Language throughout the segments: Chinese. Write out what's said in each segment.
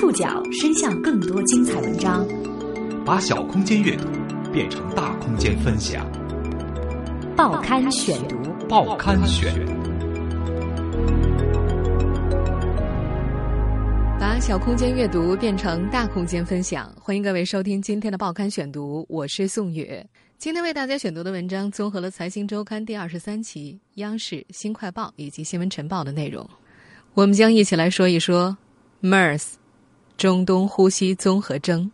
触角伸向更多精彩文章， 把小空间阅读变成大空间分享。 报刊选读， 报刊选。 把小空间阅读变成大空间分享，欢迎各位收听今天的报刊选读，我是宋宇。今天为大家选读的文章综合了财经周刊第23期、央视、新快报以及新闻晨报的内容。我们将一起来说一说 MERS 中东呼吸综合征。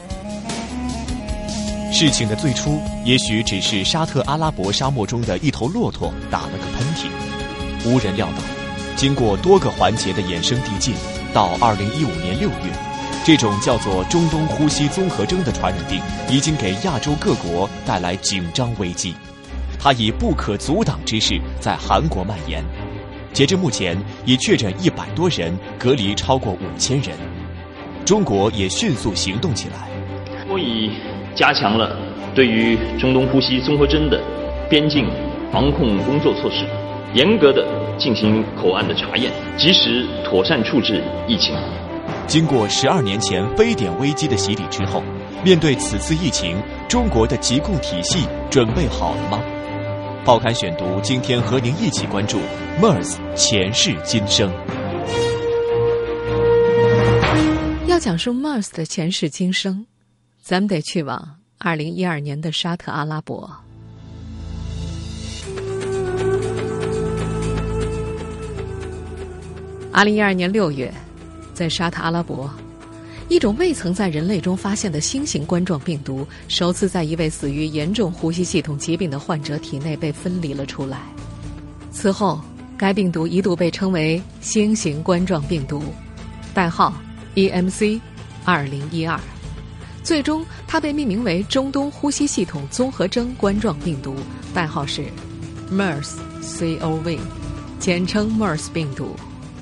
事情的最初也许只是沙特阿拉伯沙漠中的一头骆驼打了个喷嚏，无人料到经过多个环节的衍生递进，到2015年6月，这种叫做中东呼吸综合征的传染病已经给亚洲各国带来紧张危机。它以不可阻挡之势在韩国蔓延，截至目前已确诊100多人，隔离超过5000人。中国也迅速行动起来， 我已加强了对于中东呼吸综合征的边境防控工作措施，严格的进行口岸的查验，及时妥善处置疫情。 经过12年前非典危机的洗礼之后，面对此次疫情，中国的疾控体系准备好了吗？报刊选读今天和您一起关注 MERS 前世今生。 要讲述 MERS 的前世今生，咱们得去往2012年的沙特阿拉伯。2012年6月，在沙特阿拉伯，一种未曾在人类中发现的新型冠状病毒首次在一位死于严重呼吸系统疾病的患者体内被分离了出来。此后，该病毒一度被称为新型冠状病毒，代号 EMC2012。最终，它被命名为中东呼吸系统综合征冠状病毒，代号是 MERS-CoV， 简称 MERS 病毒。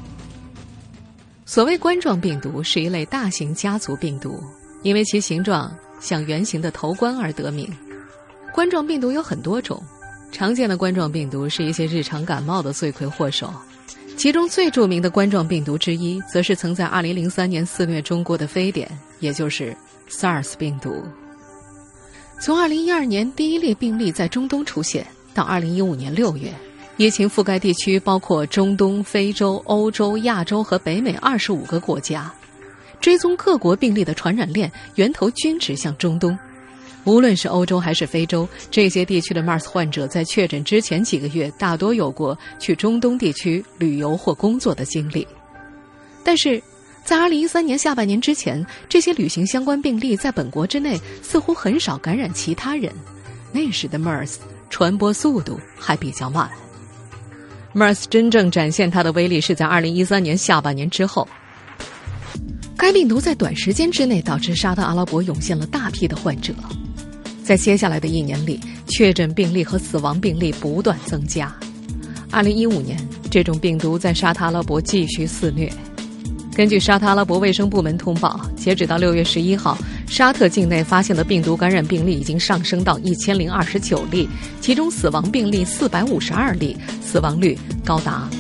所谓冠状病毒是一类大型家族病毒，因为其形状像圆形的头冠而得名。冠状病毒有很多种，常见的冠状病毒是一些日常感冒的罪魁祸首，其中最著名的冠状病毒之一，则是曾在2003年肆虐中国的非典，也就是 SARS 病毒。从2012年第一例病例在中东出现，到2015年6月，疫情覆盖地区包括中东、非洲、欧洲、亚洲和北美25个国家。追踪各国病例的传染链源头均指向中东。无论是欧洲还是非洲，这些地区的 MERS 患者在确诊之前几个月大多有过去中东地区旅游或工作的经历。但是在2013年下半年之前，这些旅行相关病例在本国之内似乎很少感染其他人，那时的 MERS 传播速度还比较慢。MERS 真正展现它的威力是在2013年下半年之后，该病毒在短时间之内导致沙特阿拉伯涌现了大批的患者。在接下来的1年里，确诊病例和死亡病例不断增加。2015年，这种病毒在沙特阿拉伯继续肆虐。根据沙特阿拉伯卫生部门通报，截止到6月11号，沙特境内发现的病毒感染病例已经上升到1029例，其中死亡病例452例，死亡率高达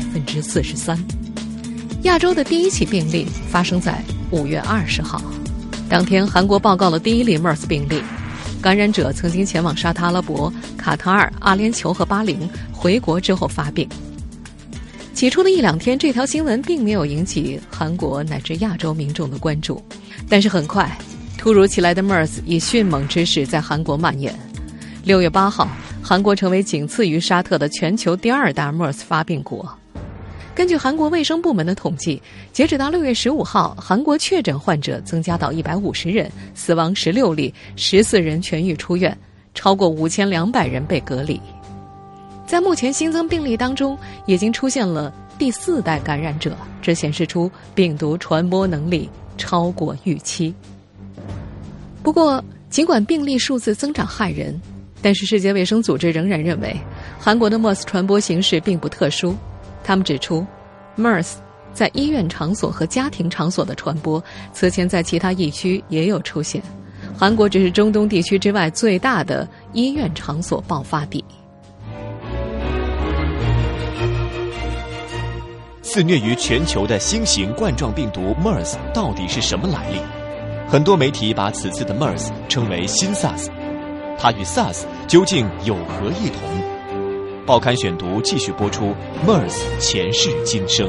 43%。亚洲的第一起病例发生在5月20号，当天韩国报告了第一例 MERS 病例，感染者曾经前往沙特阿拉伯、卡塔尔、阿联酋和巴林，回国之后发病。起初的1-2天，这条新闻并没有引起韩国乃至亚洲民众的关注，但是很快，突如其来的 MERS 以迅猛之势在韩国蔓延。6月8号，韩国成为仅次于沙特的全球第2大 MERS 发病国。根据韩国卫生部门的统计，截止到6月15号，韩国确诊患者增加到150人，死亡16例，14人痊愈出院，超过5200人被隔离。在目前新增病例当中，已经出现了第4代感染者，这显示出病毒传播能力超过预期。不过，尽管病例数字增长骇人，但是世界卫生组织仍然认为，韩国的 MERS 传播形式并不特殊。他们指出 ，MERS 在医院场所和家庭场所的传播，此前在其他疫区也有出现。韩国只是中东地区之外最大的医院场所爆发地。 肆虐于全球的新型冠状病毒 MERS 到底是什么来历？很多媒体把此次的 MERS 称为新 SARS， 它与 SARS 究竟有何异同？报刊选读继续播出 MERS 前世今生。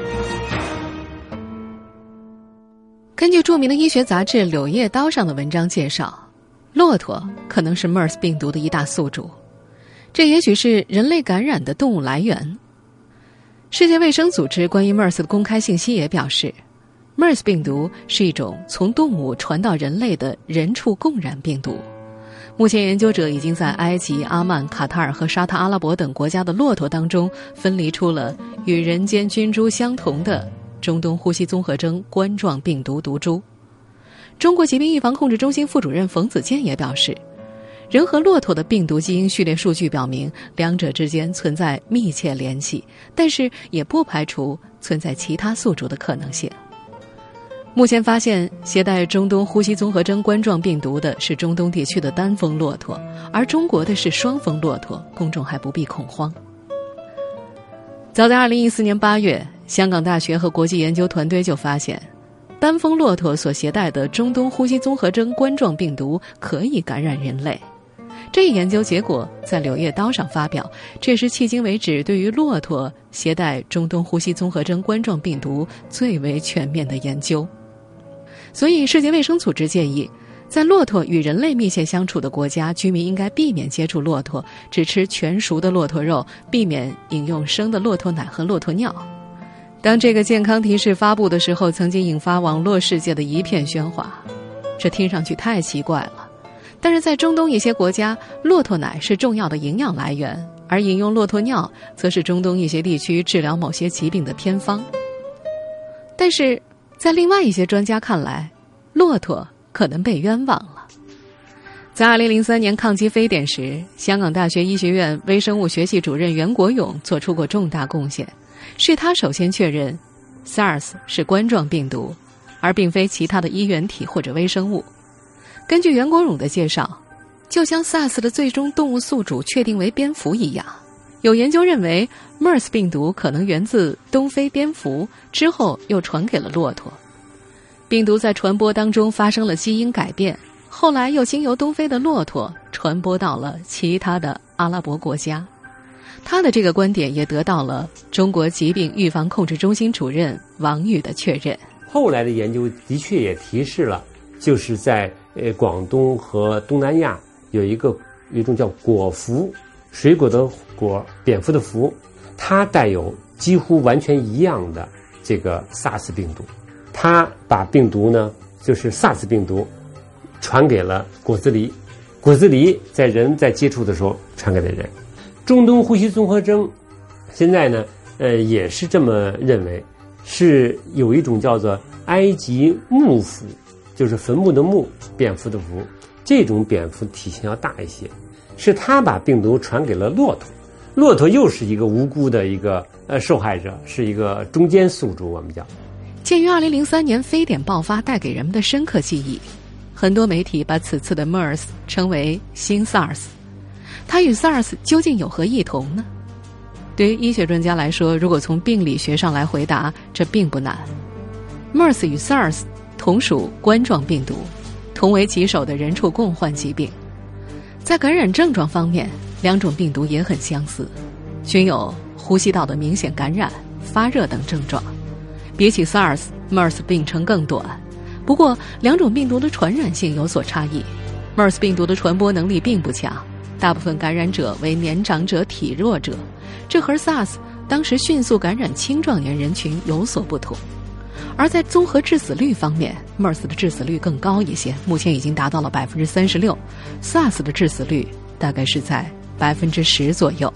根据著名的医学杂志《柳叶刀》上的文章介绍，骆驼可能是 MERS 病毒的一大宿主，这也许是人类感染的动物来源。世界卫生组织关于 MERS 的公开信息也表示， MERS 病毒是一种从动物传到人类的人畜共染病毒。目前研究者已经在埃及、阿曼、卡塔尔和沙特阿拉伯等国家的骆驼当中分离出了与人间菌株相同的中东呼吸综合征冠状病毒毒株。中国疾病预防控制中心副主任冯子健也表示，人和骆驼的病毒基因序列数据表明两者之间存在密切联系，但是也不排除存在其他宿主的可能性。目前发现携带中东呼吸综合征冠状病毒的是中东地区的单峰骆驼，而中国的是双峰骆驼，公众还不必恐慌。早在2014年8月，香港大学和国际研究团队就发现，单峰骆驼所携带的中东呼吸综合征冠状病毒可以感染人类。这一研究结果在《柳叶刀》上发表，这是迄今为止对于骆驼携带中东呼吸综合征冠状病毒最为全面的研究。所以世界卫生组织建议，在骆驼与人类密切相处的国家，居民应该避免接触骆驼，只吃全熟的骆驼肉，避免饮用生的骆驼奶和骆驼尿。当这个健康提示发布的时候，曾经引发网络世界的一片喧哗。这听上去太奇怪了，但是在中东一些国家，骆驼奶是重要的营养来源，而饮用骆驼尿则是中东一些地区治疗某些疾病的偏方。但是在另外一些专家看来，骆驼可能被冤枉了。在2003年抗击非典时，香港大学医学院微生物学系主任袁国勇做出过重大贡献，是他首先确认 SARS 是冠状病毒，而并非其他的衣原体或者微生物。根据袁国勇的介绍，就像 SARS 的最终动物宿主确定为蝙蝠一样，有研究认为 MERS 病毒可能源自东非蝙蝠，之后又传给了骆驼。病毒在传播当中发生了基因改变，后来又经由东非的骆驼传播到了其他的阿拉伯国家。他的这个观点也得到了中国疾病预防控制中心主任王宇的确认。 后来的研究的确也提示了，就是在广东和东南亚有一种叫果蝠，水果的果，蝙蝠的蝠，它带有几乎完全一样的这个 SARS 病毒。它把病毒呢，就是 SARS 病毒传给了果子狸，果子狸在人在接触的时候传给了人。中东呼吸综合征现在呢也是这么认为，是有一种叫做埃及木蝠，就是坟墓的墓，蝙蝠的蝠，这种蝙蝠体型要大一些，是它把病毒传给了骆驼。骆驼又是一个无辜的一个受害者，是一个中间宿主，我们叫。 鉴于2003年非典爆发带给人们的深刻记忆，很多媒体把此次的 MERS 称为新 SARS。 它与 SARS 究竟有何异同呢？对于医学专家来说，如果从病理学上来回答，这并不难。MERS 与 SARS 同属冠状病毒，同为棘手的人畜共患疾病。在感染症状方面，两种病毒也很相似，均有呼吸道的明显感染、发热等症状。比起 SARS、MERS 病程更短，不过两种病毒的传染性有所差异。MERS 病毒的传播能力并不强，大部分感染者为年长者、体弱者，这和 SARS 当时迅速感染青壮年人群有所不同。而在综合致死率方面， MERS 的致死率更高一些，目前已经达到了 36%， SARS 的致死率大概是在 10% 左右。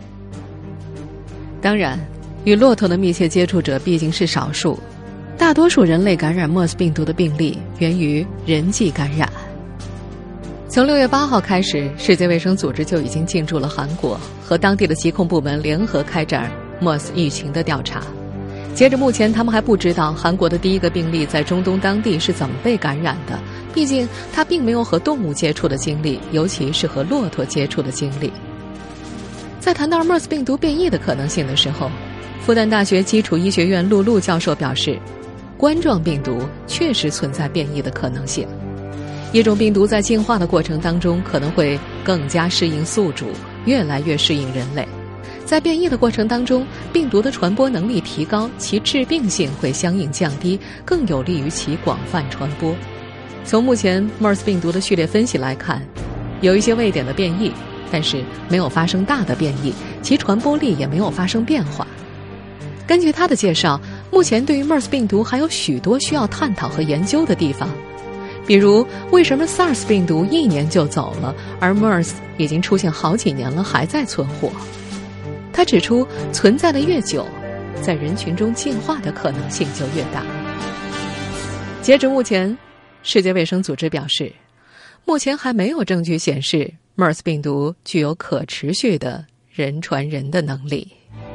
当然，与骆驼的密切接触者毕竟是少数，大多数人类感染 MERS 病毒的病例源于人际感染。从6月8号开始，世界卫生组织就已经进驻了韩国，和当地的疾控部门联合开展 MERS 疫情的调查。截至目前，他们还不知道韩国的第一个病例在中东当地是怎么被感染的，毕竟他并没有和动物接触的经历，尤其是和骆驼接触的经历。在谈到 MERS 病毒变异的可能性的时候， 复旦大学基础医学院陆路教授表示，冠状病毒确实存在变异的可能性。一种病毒在进化的过程当中可能会更加适应宿主，越来越适应人类。在变异的过程当中，病毒的传播能力提高，其致病性会相应降低，更有利于其广泛传播。从目前 MERS 病毒的序列分析来看，有一些位点的变异，但是没有发生大的变异，其传播力也没有发生变化。根据他的介绍，目前对于 MERS 病毒还有许多需要探讨和研究的地方。比如，为什么 SARS 病毒1年就走了，而 MERS 已经出现好几年了还在存活？他指出，存在的越久，在人群中进化的可能性就越大。截至目前，世界卫生组织表示，目前还没有证据显示 MERS 病毒具有可持续的人传人的能力。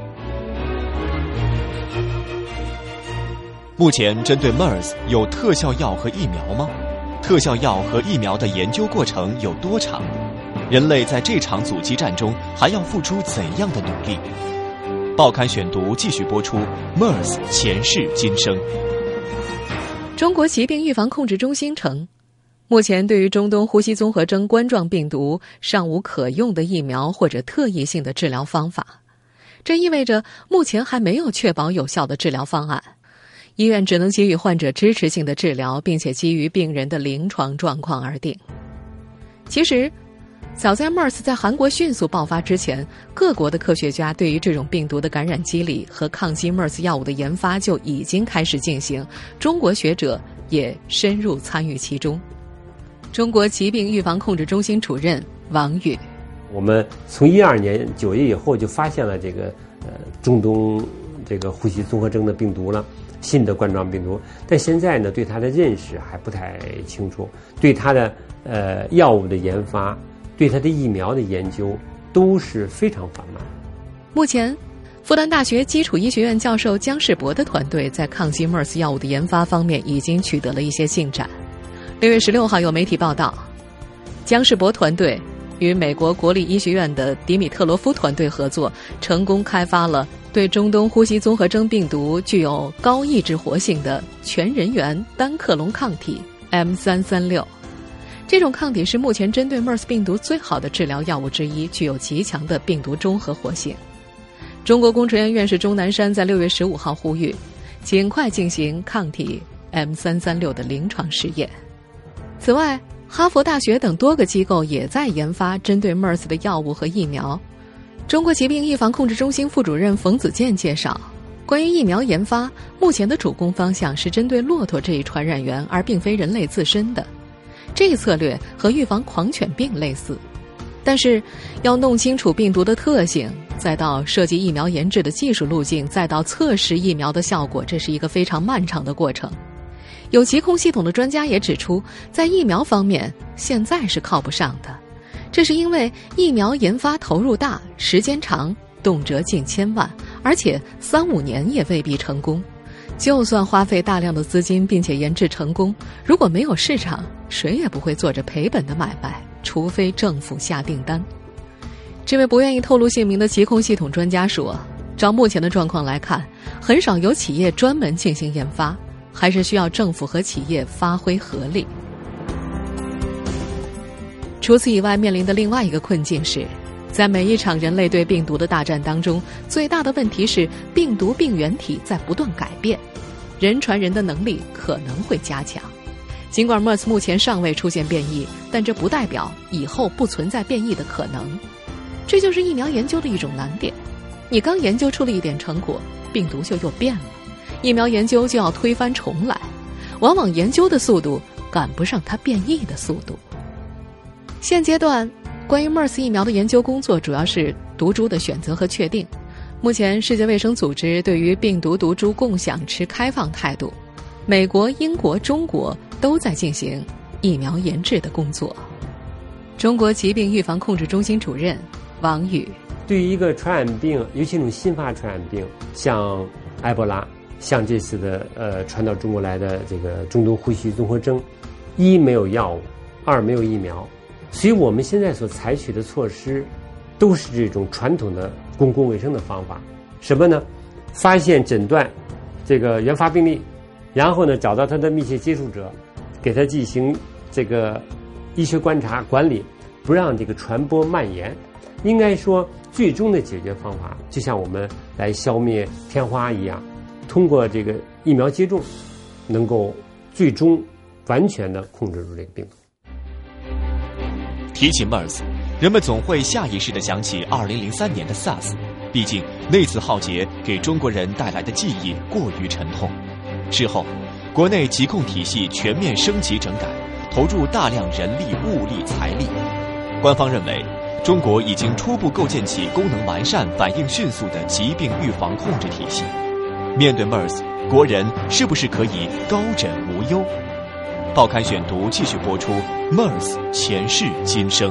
目前针对 MERS 有特效药和疫苗吗？特效药和疫苗的研究过程有多长？人类在这场阻击战中还要付出怎样的努力？报刊选读继续播出 MERS 前世今生。 中国疾病预防控制中心称，目前对于中东呼吸综合征冠状病毒尚无可用的疫苗或者特异性的治疗方法，这意味着目前还没有确保有效的治疗方案。医院只能给予患者支持性的治疗，并且基于病人的临床状况而定。其实，早在 MERS 在韩国迅速爆发之前，各国的科学家对于这种病毒的感染机理和抗击 MERS 药物的研发就已经开始进行，中国学者也深入参与其中。中国疾病预防控制中心主任王宇： 我们从12年9月以后就发现了这个中东这个呼吸综合征的病毒了。新的冠状病毒，但现在呢，对它的认识还不太清楚，对它的药物的研发，对它的疫苗的研究都是非常缓慢。 目前，复旦大学基础医学院教授姜世博的团队在抗击 MERS 药物的研发方面已经取得了一些进展。6月16号有媒体报道，姜世博团队与美国国立医学院的迪米特罗夫团队合作，成功开发了对中东呼吸综合征病毒具有高抑制活性的全人源单克隆抗体 M336。这种抗体是目前针对 MERS 病毒最好的治疗药物之一，具有极强的病毒中和活性。中国工程院院士钟南山在6月15号呼吁，尽快进行抗体 M336的临床试验。此外，哈佛大学等多个机构也在研发针对 MERS 的药物和疫苗。中国疾病预防控制中心副主任冯子健介绍，关于疫苗研发，目前的主攻方向是针对骆驼这一传染源，而并非人类自身的。这一策略和预防狂犬病类似，但是要弄清楚病毒的特性，再到设计疫苗研制的技术路径，再到测试疫苗的效果，这是一个非常漫长的过程。有疾控系统的专家也指出，在疫苗方面现在是靠不上的，这是因为疫苗研发投入大，时间长，动辄近千万，而且3-5年也未必成功。就算花费大量的资金并且研制成功，如果没有市场，谁也不会做着赔本的买卖，除非政府下订单。这位不愿意透露姓名的疾控系统专家说，照目前的状况来看，很少有企业专门进行研发，还是需要政府和企业发挥合力。除此以外，面临的另外一个困境是，在每一场人类对病毒的大战当中，最大的问题是病毒病原体在不断改变，人传人的能力可能会加强。尽管 MERS 目前尚未出现变异，但这不代表以后不存在变异的可能。这就是疫苗研究的一种难点，你刚研究出了一点成果，病毒就又变了，疫苗研究就要推翻重来，往往研究的速度赶不上它变异的速度。现阶段关于 MERS 疫苗的研究工作主要是毒株的选择和确定。目前世界卫生组织对于病毒毒株共享持开放态度，美国、英国、中国都在进行疫苗研制的工作。中国疾病预防控制中心主任王宇： 对于一个传染病，尤其这种新发传染病，像埃博拉，像这次的传到中国来的这个中东呼吸综合征，一没有药物，二没有疫苗，所以我们现在所采取的措施都是这种传统的公共卫生的方法。什么呢？ 发现诊断这个原发病例，然后呢找到他的密切接触者，给他进行这个医学观察管理，不让这个传播蔓延。应该说最终的解决方法就像我们来消灭天花一样，通过这个疫苗接种能够最终完全的控制住这个病毒。 提起 MERS， 人们总会下意识地想起2003年的 SARS， 毕竟那次浩劫给中国人带来的记忆过于沉痛。事后，国内疾控体系全面升级整改，投入大量人力、物力、财力。官方认为，中国已经初步构建起功能完善、反应迅速的疾病预防控制体系。面对 MERS， 国人是不是可以高枕无忧？报刊选读继续播出 MERS 前世今生。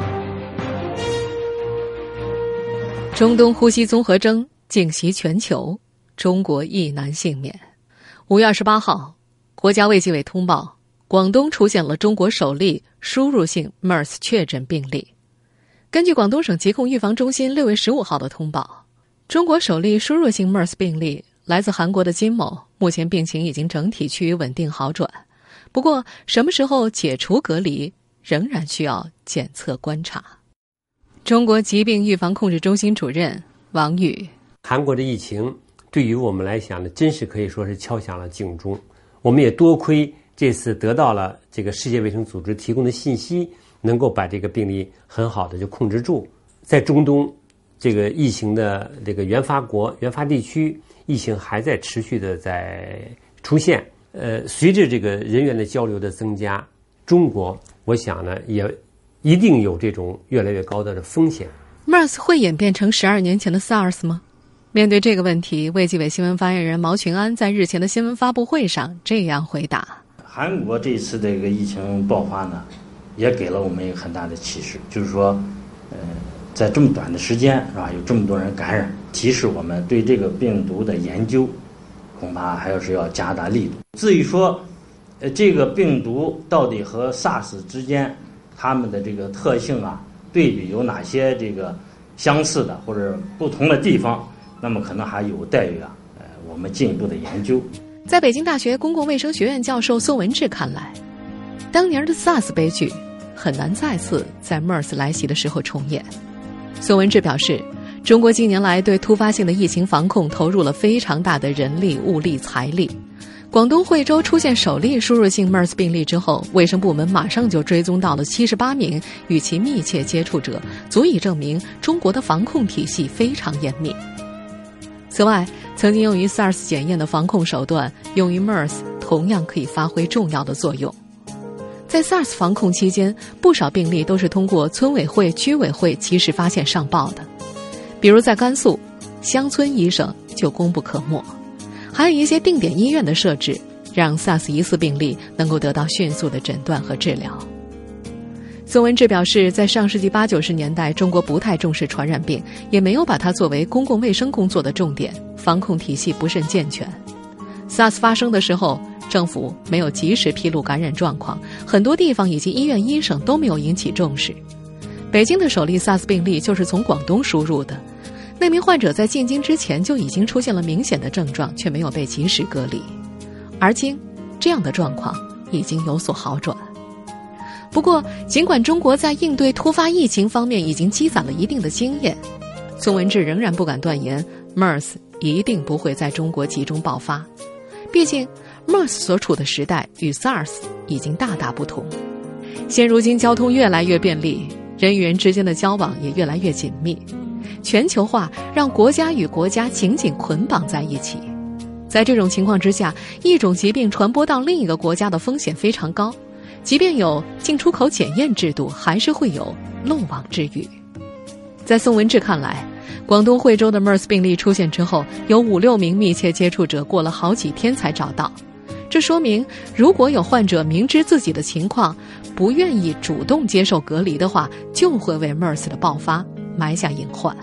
中东呼吸综合征惊袭全球，中国亦难幸免。5月28号，国家卫计委通报，广东出现了中国首例输入性 MERS 确诊病例。根据广东省疾控预防中心6月15号的通报，中国首例输入性 MERS 病例来自韩国的金某，目前病情已经整体趋于稳定好转。不过，什么时候解除隔离，仍然需要检测观察。中国疾病预防控制中心主任王宇： 韩国的疫情对于我们来讲呢，真是可以说是敲响了警钟。我们也多亏这次得到了这个世界卫生组织提供的信息，能够把这个病例很好的就控制住。在中东这个疫情的这个原发地区，疫情还在持续的在出现。随着这个人员的交流的增加，中国我想呢也一定有这种越来越高的风险。 MERS 会演变成12年前的 SARS 吗？面对这个问题，卫计委新闻发言人毛群安在日前的新闻发布会上这样回答： 韩国这次这个疫情爆发呢，也给了我们一个很大的启示，就是说在这么短的时间是吧，有这么多人感染，提示我们对这个病毒的研究恐怕还是要加大力度。至于说这个病毒到底和 SARS 之间它们的这个特性啊对比有哪些这个相似的或者不同的地方，那么可能还有待于我们进一步的研究。 在北京大学公共卫生学院教授宋文志看来，当年的 SARS 悲剧很难再次在 MERS 来袭的时候重演。宋文志表示，中国近年来对突发性的疫情防控投入了非常大的人力、物力、财力。广东惠州出现首例输入性 MERS 病例之后，卫生部门马上就追踪到了78名与其密切接触者，足以证明中国的防控体系非常严密。此外，曾经用于 SARS 检验的防控手段用于 MERS 同样可以发挥重要的作用。在 SARS 防控期间，不少病例都是通过村委会、居委会及时发现上报的。比如在甘肃，乡村医生就功不可没。还有一些定点医院的设置，让 SARS 疑似病例能够得到迅速的诊断和治疗。宋文志表示，在上世纪80、90年代，中国不太重视传染病，也没有把它作为公共卫生工作的重点，防控体系不甚健全。SARS 发生的时候，政府没有及时披露感染状况，很多地方以及医院医生都没有引起重视。北京的首例 SARS 病例就是从广东输入的，那名患者在进京之前就已经出现了明显的症状，却没有被及时隔离。而今，这样的状况已经有所好转。不过，尽管中国在应对突发疫情方面已经积攒了一定的经验，宋文志仍然不敢断言 MERS 一定不会在中国集中爆发。毕竟 MERS 所处的时代与 SARS 已经大大不同。现如今交通越来越便利，人与人之间的交往也越来越紧密，全球化让国家与国家紧紧捆绑在一起。在这种情况之下，一种疾病传播到另一个国家的风险非常高，即便有进出口检验制度，还是会有漏网之鱼。在宋文志看来，广东惠州的 MERS 病例出现之后，有5、6名密切接触者过了好几天才找到。这说明，如果有患者明知自己的情况，不愿意主动接受隔离的话，就会为 MERS 的爆发埋下隐患。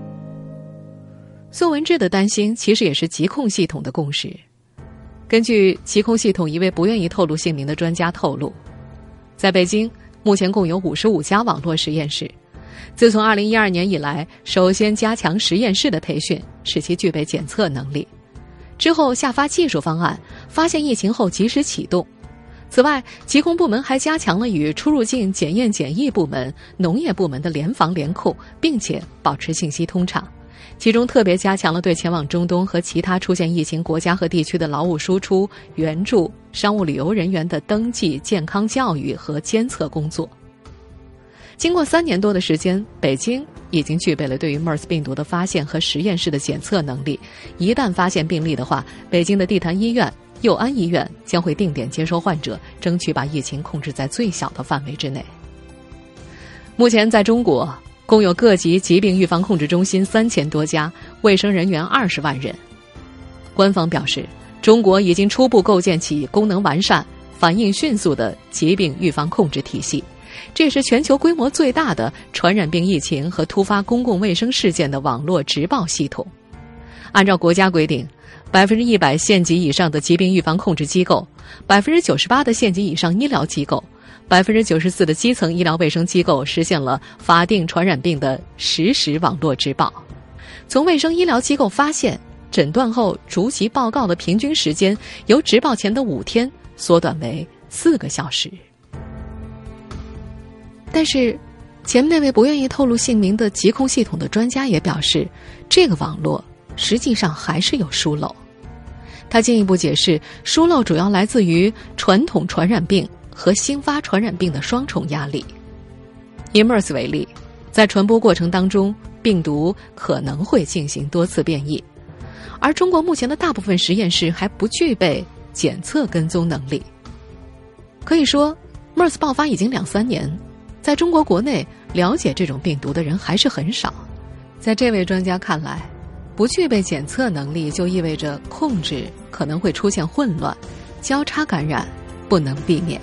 宋文志的担心其实也是疾控系统的共识。根据疾控系统一位不愿意透露姓名的专家透露，在北京目前共有55家网络实验室。自从2012年以来，首先加强实验室的培训，使其具备检测能力。 之后下发技术方案，发现疫情后及时启动。此外，疾控部门还加强了与出入境检验检疫部门、农业部门的联防联控，并且保持信息通畅。其中特别加强了对前往中东和其他出现疫情国家和地区的劳务输出、援助、商务旅游人员的登记、健康教育和监测工作。经过3年多的时间，北京已经具备了对于 MERS 病毒的发现和实验室的检测能力。一旦发现病例的话，北京的地坛医院、佑安医院将会定点接收患者，争取把疫情控制在最小的范围之内。目前在中国，共有各级疾病预防控制中心3000多家，卫生人员20万人。官方表示，中国已经初步构建起功能完善、反应迅速的疾病预防控制体系，这是全球规模最大的传染病疫情和突发公共卫生事件的网络直报系统。按照国家规定，100%县级以上的疾病预防控制机构，98%的县级以上医疗机构，94%的基层医疗卫生机构实现了法定传染病的实时网络直报。从卫生医疗机构发现、诊断后逐级报告的平均时间，由直报前的5天缩短为4个小时。但是，前面那位不愿意透露姓名的疾控系统的专家也表示，这个网络实际上还是有疏漏。他进一步解释，疏漏主要来自于传统传染病和新发传染病的双重压力。以 MERS 为例，在传播过程当中，病毒可能会进行多次变异，而中国目前的大部分实验室还不具备检测跟踪能力。可以说 MERS 爆发已经2-3年，在中国国内了解这种病毒的人还是很少。在这位专家看来，不具备检测能力就意味着控制可能会出现混乱，交叉感染不能避免。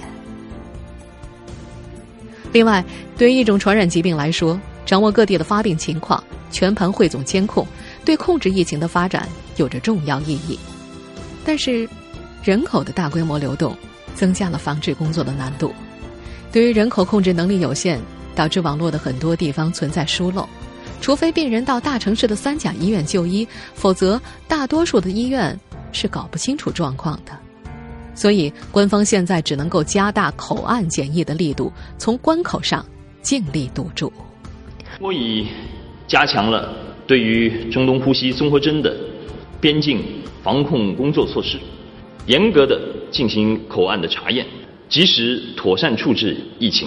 另外，对于一种传染疾病来说，掌握各地的发病情况，全盘汇总监控，对控制疫情的发展有着重要意义。但是，人口的大规模流动增加了防治工作的难度。对于人口控制能力有限，导致网络的很多地方存在疏漏。除非病人到大城市的3甲医院就医，否则大多数的医院是搞不清楚状况的。所以官方现在只能够加大口岸检疫的力度，从关口上尽力堵住。 我已加强了对于中东呼吸综合征的边境防控工作措施，严格的进行口岸的查验，及时妥善处置疫情。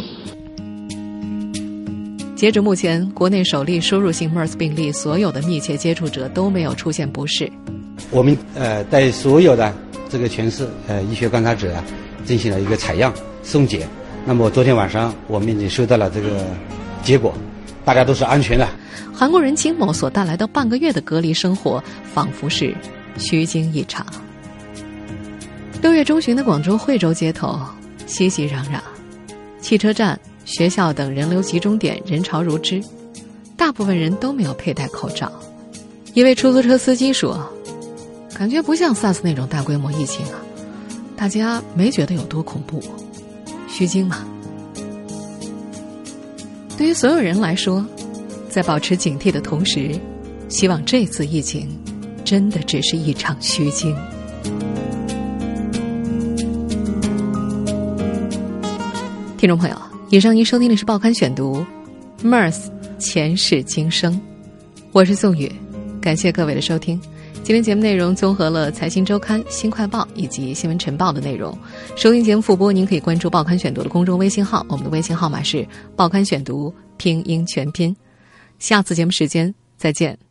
截止目前，国内首例输入性 MERS 病例所有的密切接触者都没有出现不适。 我们对所有的这个全市医学观察者进行了一个采样送检。那么昨天晚上我们已经收到了这个结果，大家都是安全的。 韩国人金某所带来的半个月的隔离生活，仿佛是虚惊一场。6月中旬的广州惠州街头熙熙攘攘，汽车站、学校等人流集中点人潮如织，大部分人都没有佩戴口罩。一位出租车司机说，感觉不像 SARS 那种大规模疫情啊，大家没觉得有多恐怖，虚惊嘛。对于所有人来说，在保持警惕的同时，希望这次疫情真的只是一场虚惊。听众朋友，以上您收听的是报刊选读 MERS 前世今生，我是宋宇，感谢各位的收听。今天节目内容综合了财经周刊、新快报以及新闻晨报的内容。收听节目复播，您可以关注报刊选读的公众微信号，我们的微信号码是报刊选读拼音全拼。下次节目时间再见。